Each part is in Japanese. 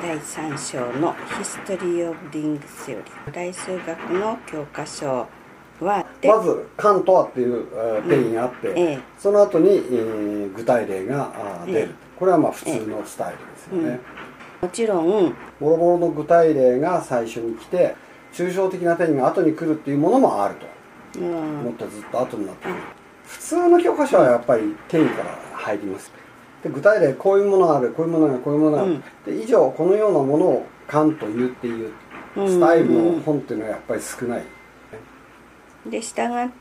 第3章の History of Ring Theory 代数学の教科書はまず関とはっていう定義があって、その後に具体例が出る、これはまあ普通のスタイルですよね、 もちろんボロボロの具体例が最初に来て抽象的な定義が後に来るっていうものもあると、もっとずっと後になってくる、普通の教科書はやっぱり定義から入ります。で具体例こういうものがある、こういうものがある、こういうものがある、で以上このようなものをカンと言うっていうスタイルの本っていうのはやっぱり少ない、 で従って、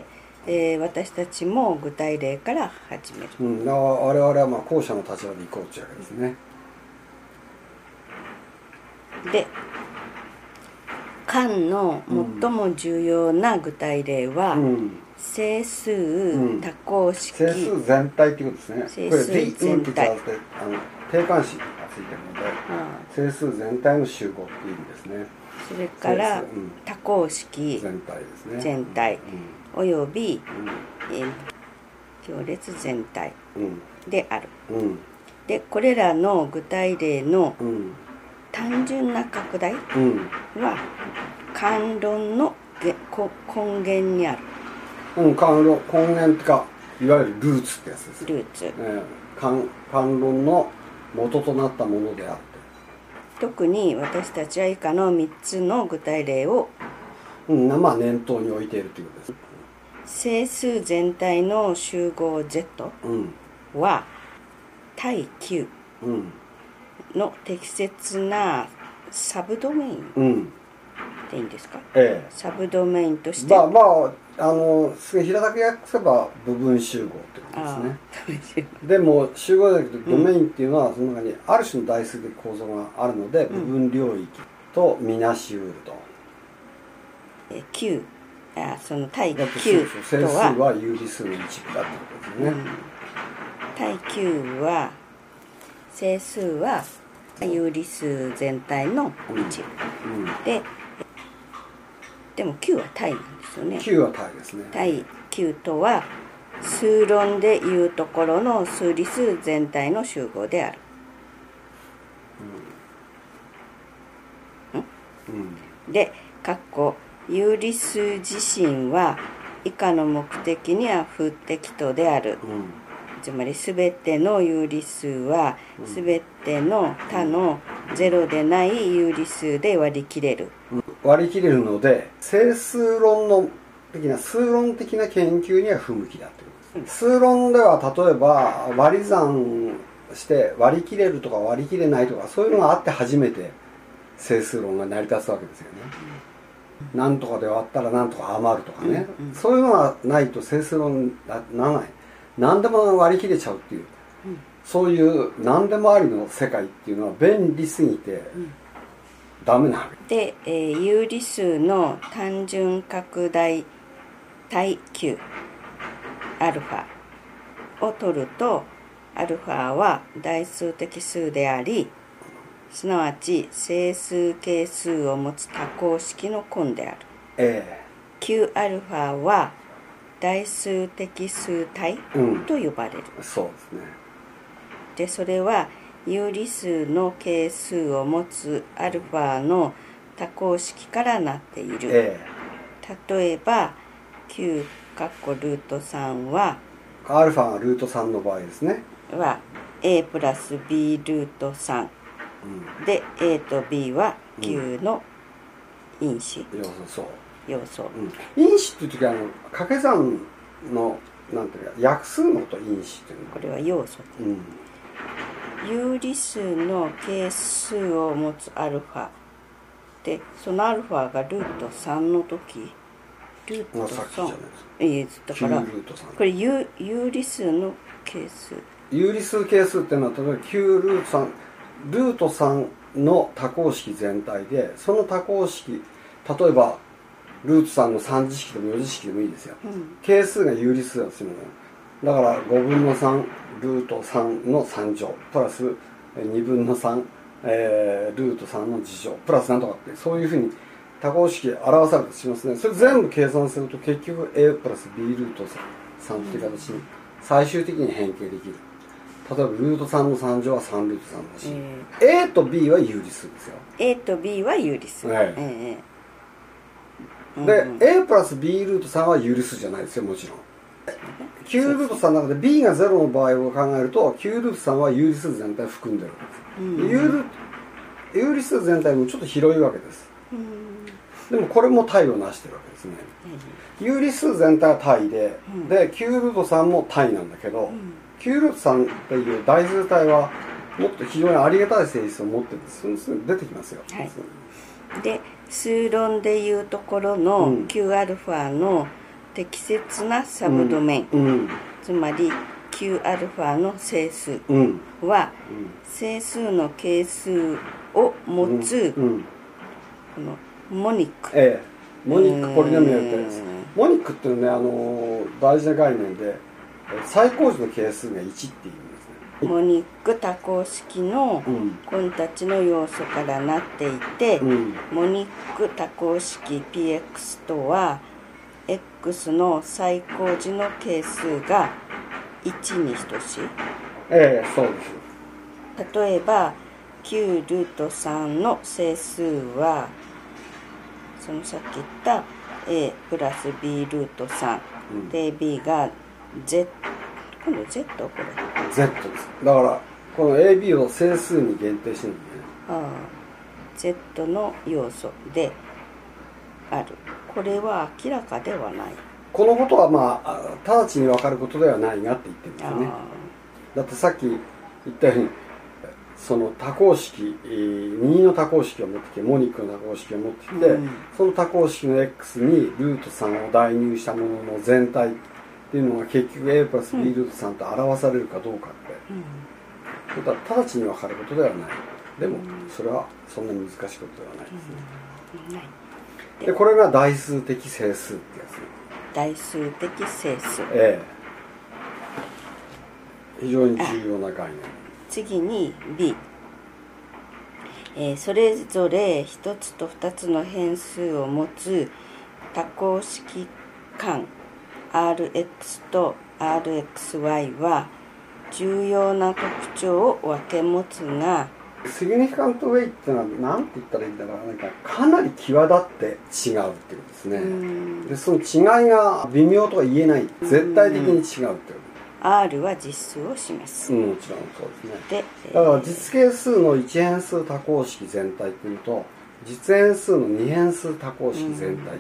私たちも具体例から始める、 だから我々はまあ後者の立場でいこうというわけですね。 でカンの最も重要な具体例は、整数、多項式、 整数全体っていうことですね。 整数全体、 これ The 定冠詞がついてるので、整数全体の集合っていう意味ですね。 それから、多項式全体ですね。 全体、および、行列全体である、でこれらの具体例の単純な拡大は関論の根源にある。 関論根源ってかいわゆるルーツってやつです。 ルーツ、 関論の元となったものであって、 特に私たちは以下の3つの具体例を、 まあ念頭に置いているということです。 整数全体の集合 Z は対 Q の適切なサブドメインでいいんですか、サブドメインとして平たく訳せば部分集合ってことですね。でも集合だけどドメインっていうのはその中にある種の代数的構造があるので、部分領域とみなしうると、 Q その対 Q とは整数は有理数の一部だってことですよね、 対 Q は整数は有理数全体の一部、でも Q は対なんですよね。 Q は対ですね。 対 Q とは数論でいうところの数理数全体の集合である、で有理数自身は以下の目的には不適当である、つまり全ての有理数は全ての他のゼロでない有理数で割り切れる、 割り切れるので整数論の的な数論的な研究には不向きだということです、数論では例えば割り算して割り切れるとか割り切れないとかそういうのがあって初めて整数論が成り立つわけですよね、なんとかで割ったらなんとか余るとかね、そういうのがないと整数論にならない、何でも割り切れちゃうっていう、そういう何でもありの世界っていうのは便利すぎてダメなわけで、有理数の単純拡大対 Q アルファを取るとアルファは代数的数であり、すなわち整数係数を持つ多項式の根である、Q アルファは代数的数体と呼ばれる、 そうですね。 でそれは有理数の係数を持つアルファの多項式からなっている、例えば Q ルート3はアルファがルート3の場合ですねは A プラス B ルート3、で A と B は Q の因子、要素、 因子っていう時は掛け算のなんていうか約数のこと因子っていうの、 これは要素、有理数の係数を持つアルファで、そのアルファがルート3の時、ルート3、だからこれ有理数の係数、 有理数係数っていうのは例えば9ルート3ルート3の多項式全体で、その多項式例えばルート3の3次式でも4次式でもいいですよ、係数が有理数だとするのだから5分の3ルート3の3乗プラス2分の3、ルート3の次乗プラスなんとかって、そういうふうに多項式表されるとしますね。それ全部計算すると結局 A プラス B ルート3っていう形に最終的に変形できる。 例えばルート3の3乗は3ルート3だし、A と B は有理数ですよ。 A と B は有理数、 で、A プラス B ルート3は有理数じゃないですよ、もちろん。Q ルート3の中で B が0の場合を考えると Q ルート3は有理数全体を含んでるわけです、有理数全体もちょっと広いわけです、でもこれも対をなしてるわけですね、有理数全体は対で、で Q ルート3も対なんだけど、Q ルート3っていう大数体はもっと非常にありがたい性質を持ってるんです。出てきますよ、 で数論でいうところの Qα の適切なサブドメイン、つまり Qα の整数は、整数の係数を持つ、このモニック、 モニックポリノミアルってです。モニックっていうのはね、大事な概念で最高次の係数が1っていう意味ですね。 モニック多項式の根たちの要素からなっていて、モニック多項式 Px とは X の最高次の係数が1に等しい。 そうです。 例えば Q ルート3の整数はそのさっき言った A プラス B ルート3、で B が Z、 今度 Z これ Z です。だからこの AB を整数に限定してるんだね。 Z の要素である。これは明らかではない。 このことはまあ直ちに分かることではないがって言ってるんですよね。だってさっき言ったようにその多項式、任意の多項式を持ってきて、モニックの多項式を持ってきて、その多項式の X にルート3を代入したものの全体っていうのが結局 A プラス B ルート3と表されるかどうかって、ことは直ちに分かることではない。でもそれはそんなに難しいことではないですね。でこれが代数的整数ってやつ。 代数的整数。 非常に重要な概念。 次に B、それぞれ1つと2つの変数を持つ多項式間 Rx と Rxy は重要な特徴を分け持つが、 シグニフィカントウェイってのは何て言ったらいいんだろう、なんかかなり際立って違うっていうことですね。でその違いが微妙とは言えない、絶対的に違うっていう。 R は実数を示す。 もちろんそうですね。だから実係数の1変数多項式全体っていうと実変数の2変数多項式全体、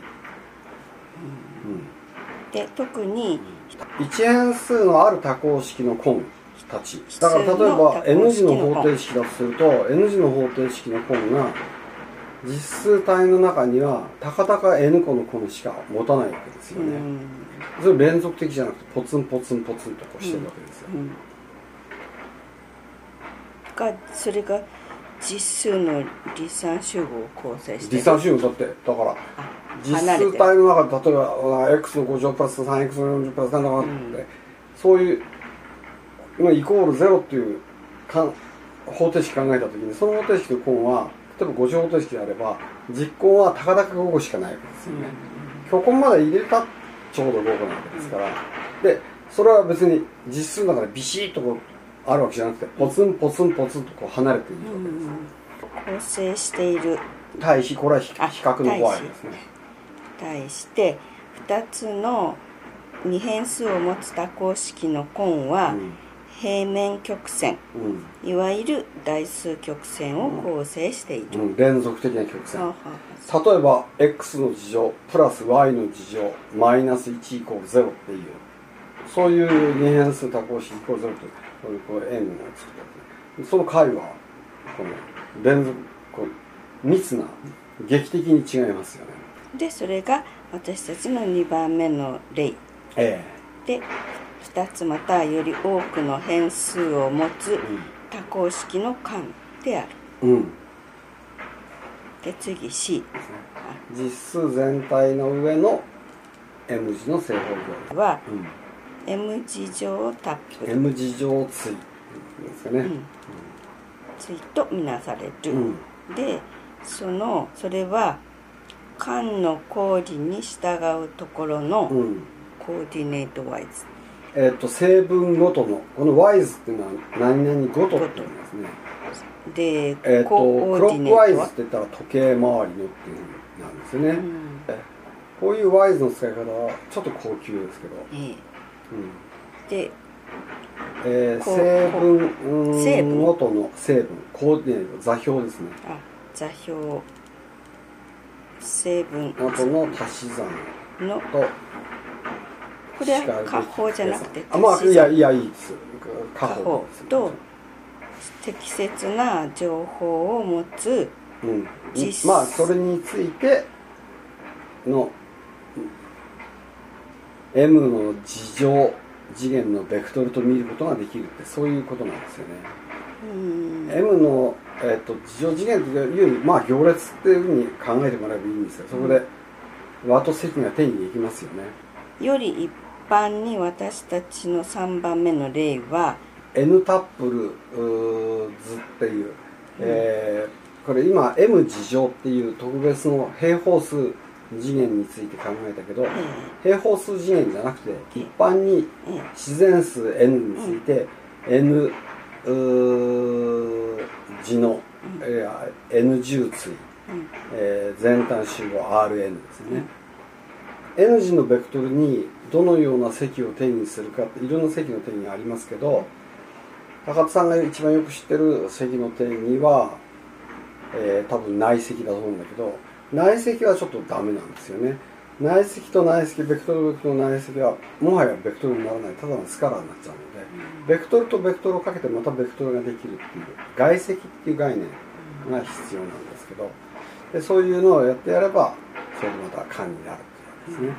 で特に 1変数のある多項式の根たちだから例えば N 次の方程式だとすると N 次の方程式の根が実数体の中にはたかだか N 個の根しか持たないわけですよね。それ連続的じゃなくてポツンポツンポツンとこうしてるわけですよ。 それが実数の離散集合を構成してる。 離散集合だってだから実数体の中で例えば x の5乗プラス 3x の40プラス7って、そういうイコール0っていう方程式考えた時にその方程式の根は例えば5乗方程式であれば実根はたかだか5個しかないわけですよね。虚根まで入れたちょうど5個なわけですから、でそれは別に実数の中でビシッとこうあるわけじゃなくてポツンポツンポツンとこう離れているわけです。 構成している対比、これは比較の場合ですね。 対して2つの2変数を持つ多項式の根は、平面曲線、いわゆる代数曲線を構成している、 連続的な曲線。例えば x の次乗プラス y の次乗マイナス1イコール0っていうそういう2変数多項式イコール0というこう円を作ったんですね。その解はこの連続こう密な劇的に違いますよね。 でそれが私たちの2番目の例、で2つまたより多くの変数を持つ多項式の間である、で次 C 実数全体の上の M 字の正方形は、M 字乗タップ M 字乗対ですかね、 対とみなされる、でそれは間の公理に従うところのコーディネートワイズ成分ごとのこのワイズっていうのは何々ごとって言いますね。 で、 クロックワイズって言ったら時計回りのっていうなんですよね、こういうワイズの使い方はちょっと高級ですけど、 で、 成分ごとの成分コーディネート座標ですね。 座標成分ごとの足し算のとこれは加法じゃなくていやいいです加法と適切な情報を持つそれについての M の次元のベクトルと見ることができるってそういうことなんですよね。M の、次乗次元という行列っていうふうに考えてもらえばいいんですよ。そこで和と積が手にできますよね。 より一般に私たちの3番目の例は N タップル図っていう、これ今 M 次乗っていう特別の平方数次元について考えたけど、平方数次元じゃなくて一般に自然数 N について N 次の、N 重対、全単集合 RN ですね、N 次のベクトルにどのような積を定義するかっていろんな積の定義がありますけど、高田さんが一番よく知ってる積の定義は、多分内積だと思うんだけど、内積はちょっとダメなんですよね。内積と内積、ベクトルと内積はもはやベクトルにならない、ただのスカラーになっちゃうので、ベクトルとベクトルをかけてまたベクトルができるっていう外積っていう概念が必要なんですけど、でそういうのをやってやればそれでまた間になるっていうわけですね。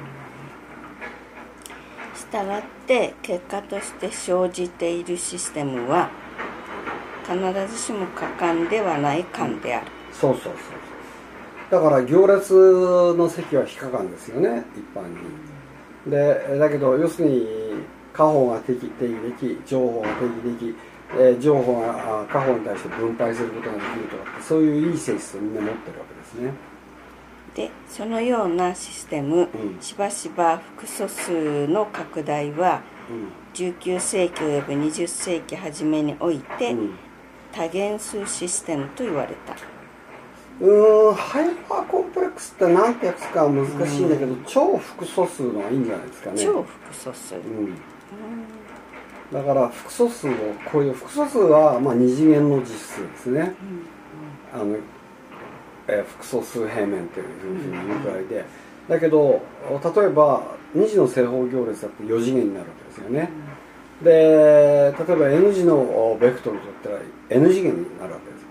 したがって結果として生じているシステムは必ずしも可感ではない感である、 そうだから行列の積は非可感ですよね、一般に。でだけど要するに加法が定義でき、乗法が定義でき、乗法が加法に対して分配することができるとかって、そういういい性質をみんな持ってるわけですね。 でそのようなシステム、しばしば複素数の拡大は、19世紀および20世紀初めにおいて、多元数システムと言われた。 ハイパーコンプレックスって何て訳すかは難しいんだけど、超複素数のがいいんじゃないですかね。 超複素数、 だから複素数をこういう複素数は二次元の実数ですね、複素数平面というふうに言うくらいで、だけど例えば2次の正方行列だって4次元になるわけですよね、で例えば N 次のベクトルといったら N 次元になるわけです、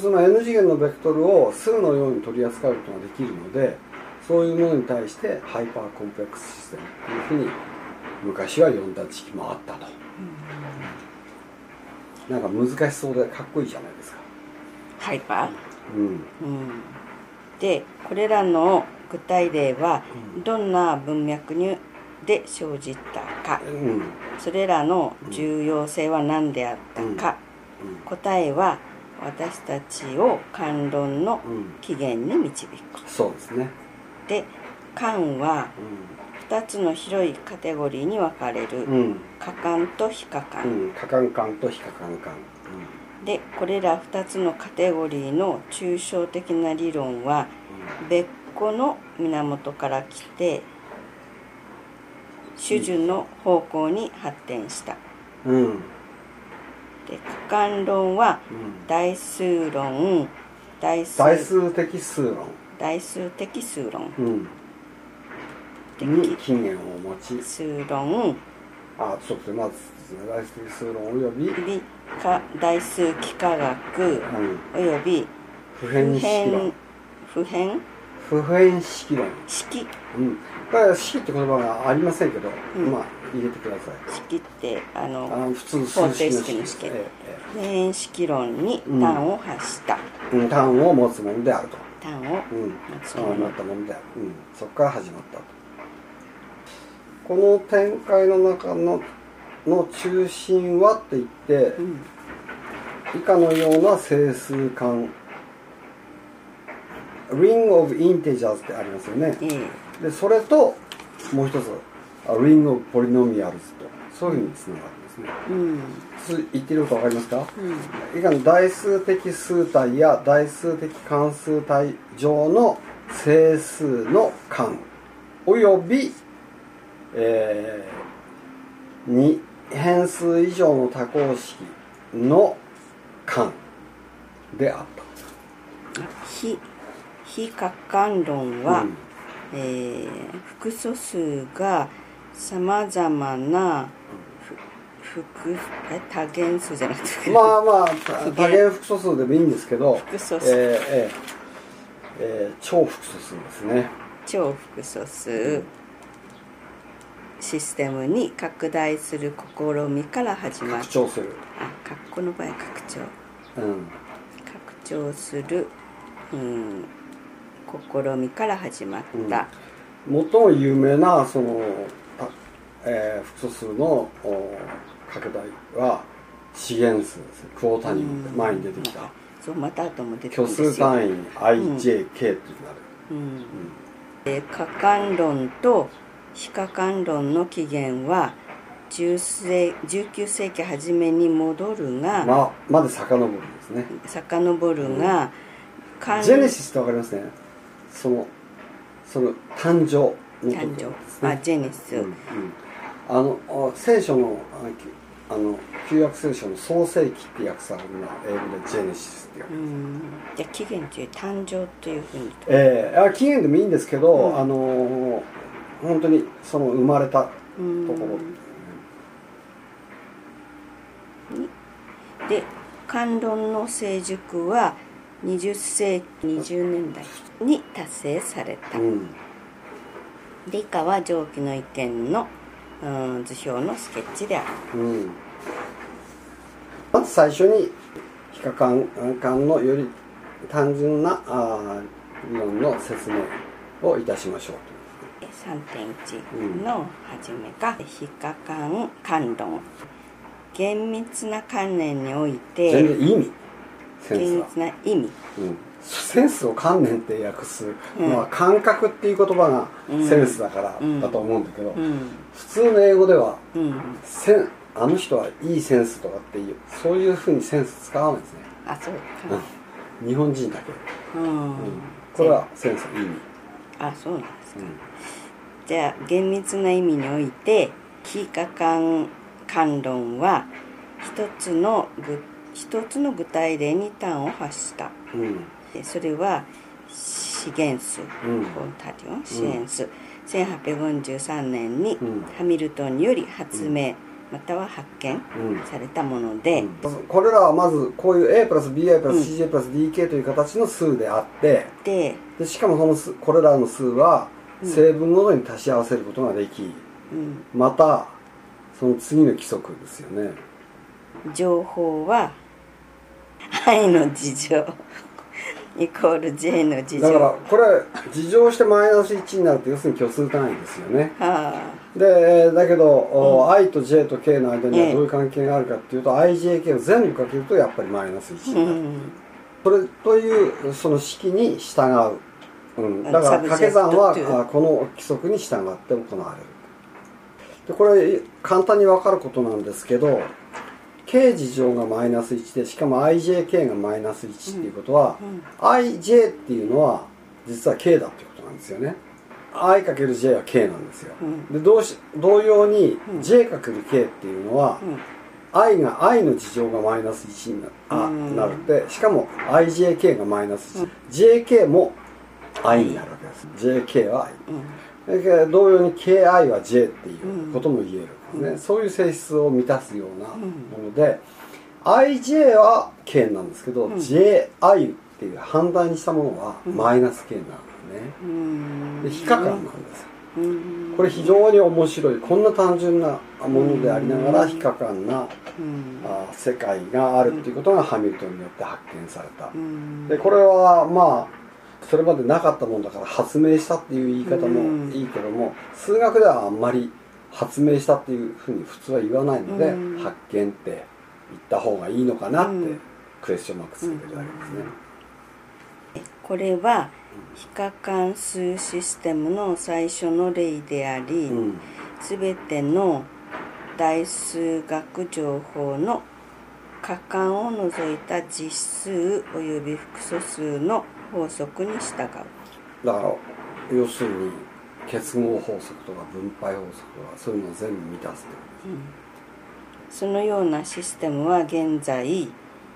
その N 次元のベクトルを数のように取り扱うことができるので、そういうものに対してハイパーコンプレックスシステムというふうに昔は呼んだ時期もあったと、なんか難しそうでかっこいいじゃないですか、 ハイパー、でこれらの具体例はどんな文脈で生じたか、それらの重要性は何であったか、答えは私たちを観論の起源に導く、 そうですね。で観は2つの広いカテゴリーに分かれる、可観と非可観、 可観観と非可観観、 でこれら2つのカテゴリーの抽象的な理論は別個の源から来て種々の方向に発展した、で可観論は代数論、代数的数論、 に起源を持ち、 数論、 そうですね、まず代数的数論および代数幾何学、および普遍式論、普遍式論、だから式って言葉がありませんけど、入れてください。 式って普通方程式の式、普遍式論に端を発した、 端を持つものであると、 端を持つものになったものである、そこから始まったと。この展開の中の中心はって言って、以下のような整数間、Ring of Integers ってありますよね、でそれともう一つ Ring of Polynomials とそういうふうにつながるんですね。 うん、 言ってることわかりますか？ うん、 以下の代数的数体や代数的関数体上の整数の間および、2変数以上の多項式の間であった。 非可感論は、 うん、 複素数がさまざまな多元数じゃなくてまあまあ多元複素数でもいいんですけど、 複素数、 超複素数ですね。 超複素数システムに拡大する試みから始まった。 拡張する。 括弧の場合拡張。拡張する、試みから始まった。 最も有名なその、複素数の拡大は資源数ですね。クォータニウムって前に出てきた。 そう、また後も出てくるんですよ。 虚数単位 IJK ってなる。 可感論と非可感論の起源は19世紀初めに戻るが、 まで遡るんですね。 遡るが、 ジェネシスってわかりますね。その誕生のところですね。 ジェネシス、 聖書の旧約聖書の創世記って訳されるのは英語でジェネシスって訳です。 じゃあ起源という誕生というふうに、 起源でもいいんですけど、本当にその生まれたところで、感論の成熟は20世紀20年代に達成された。で、以下は上記の意見の図表のスケッチである。 まず最初に非可感のより単純な理論の説明をいたしましょう。 3.1 の初めが非可感論。厳密な観念において全然意味厳密な意味、 センスを観念って訳すのは感覚っていう言葉がセンスだからだと思うんだけど、普通の英語では、あの人はいいセンスとかっていうそういうふうにセンス使わないですね。 そうか、 日本人だけ、これはセンス意味。 そうなんですか。じゃあ厳密な意味において非可感論は一つの具体例に端を発した。それは資源数、資源数、1843年にハミルトンにより発明、または発見されたもので、 これらはまずこういう A プラス BI プラス CJ プラス DK という形の数であって、でしかもこれらの数は成分ごとに足し合わせることができ、またその次の規則ですよね。 情報は I の事情イコール J の事情だからこれ事情してマイナス1になると要するに虚数単位ですよね。でだけど、I と J と K の間にはどういう関係があるかっていうと、IJK を全部かけるとやっぱりマイナス1になる、それというその式に従う、だから掛け算はこの規則に従って行われる。でこれ簡単に分かることなんですけど、K 事乗がマイナス1でしかも IJK がマイナス1っていうことは、IJ っていうのは実は K だっていうことなんですよね。I×J は K なんですよ。で同様に J×K っていうのは、I の事乗がマイナス1になるって、しかも IJK がマイナス1、JK も I になるわけです。JK は I、同様に KI は J っていうことも言えるんですね。そういう性質を満たすようなもので、IJ は K なんですけど、JI っていう反対にしたものはマイナス K なんですね。で非可感なんです。これ非常に面白い。こんな単純なものでありながら非可感な世界があるっていうことがハミルトンによって発見された。でこれはまあそれまでなかったもんだから発明したっていう言い方もいいけども、数学ではあんまり発明したっていうふうに普通は言わないので、発見って言った方がいいのかなってクエスチョンマークつけてるわけですね。 これは非可感数システムの最初の例であり、全ての代数学情報の可感を除いた実数及び複素数の法則に従う。 だから要するに結合法則とか分配法則とかそういうのを全部満たすってことです。 そのようなシステムは現在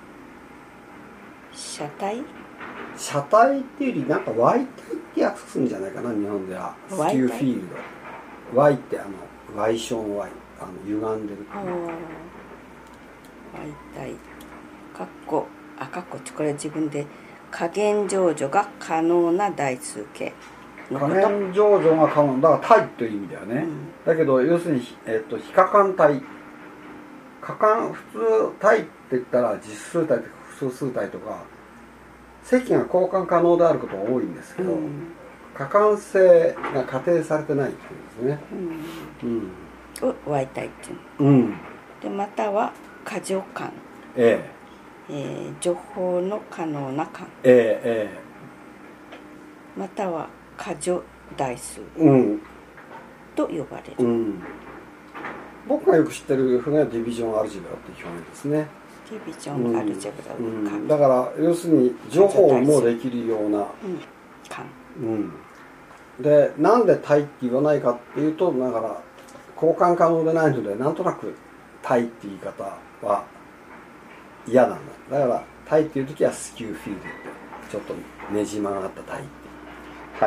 車体っていうよりなんか Y 体って訳すんじゃないかな、日本では。スキューフィールド。Y ってY 小の Y、歪んでる。 Y 体これ自分で加減乗除が可能な代数形のこと。 加減乗除が可能だから体という意味だよね。だけど要するに、非可感体、可感普通体って言ったら実数体とか複数数体とか積が交換可能であることが多いんですけど、可感性が仮定されてないっていうんですね。 を Y 体っていうの。でまたは過剰感、除法の可能な感、または過剰代数と呼ばれる。 僕がよく知ってるのはディビジョンアルジブラっていう表現ですね。 ディビジョンアルジブラだから要するに除法もできるような感。 でなんで体って言わないかっていうと、だから交換可能でないのでなんとなく体って言い方は嫌なんだ。だから体っていう時はスキューフィールドってちょっとねじ曲がった体って。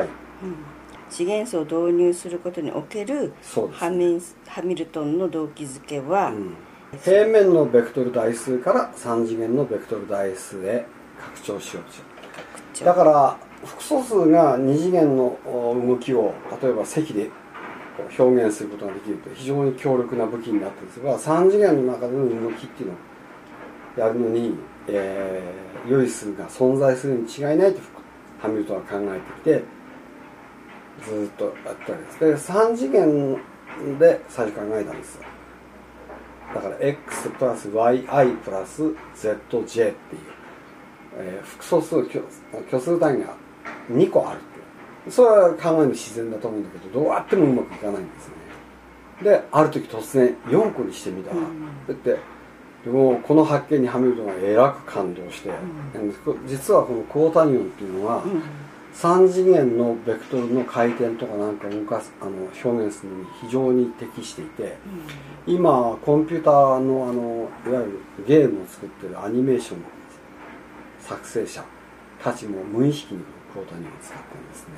次元数を導入することにおけるハミルトンの動機づけは、 平面のベクトル代数から3次元のベクトル代数へ拡張しようとしよう。だから複素数が2次元の動きを例えば積で表現することができると非常に強力な武器になってるんですが、3次元の中での動きっていうのをやるのに、良い数が存在するに違いないとハミルトンは考えてきてずっとやったわけです。で3次元で最初考えたんですよ。だから x プラス yi プラス zj っていう、複素数虚数単位が2個あるっていう、それは考えるの自然だと思うんだけど、どうやってもうまくいかないんですね。である時突然4個にしてみたら、でもうこの発見にハミルトンがえらく感動して、実はこのクォータニオンっていうのは、3次元のベクトルの回転とかなんか動かす表現するのに非常に適していて、今コンピューターのいわゆるゲームを作ってるアニメーションの作成者たちも無意識にクォータニオンを使ってるんですね。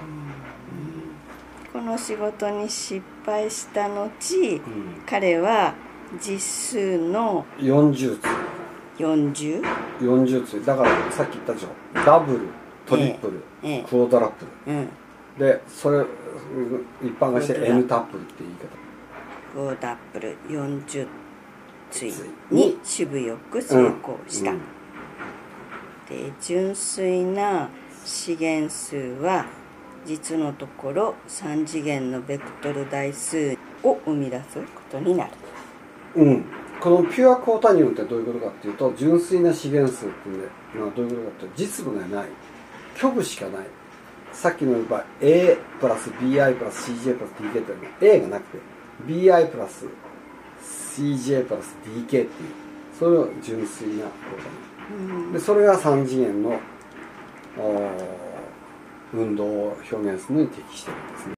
この仕事に失敗した後、彼は実数の 40対だからさっき言ったでしょ、ダブルトリプル、クォータラップル、でそれ一般化して N タップルって言い方、 クォータップル40対に主舞よく成功した。で純粋な資源数は実のところ3次元のベクトル代数を生み出すことになる。 このピュアクォータニオンってどういうことかっていうと、純粋な資源数っていうのはどういうことかっていうと、実母がない、虚部しかない。さっきの場合 A プラス BI プラス CJ プラス DK っていうのは A がなくて BI プラス CJ プラス DK っていう、それを純粋なクォータニオン、でそれが3次元の運動を表現するのに適してるんですね。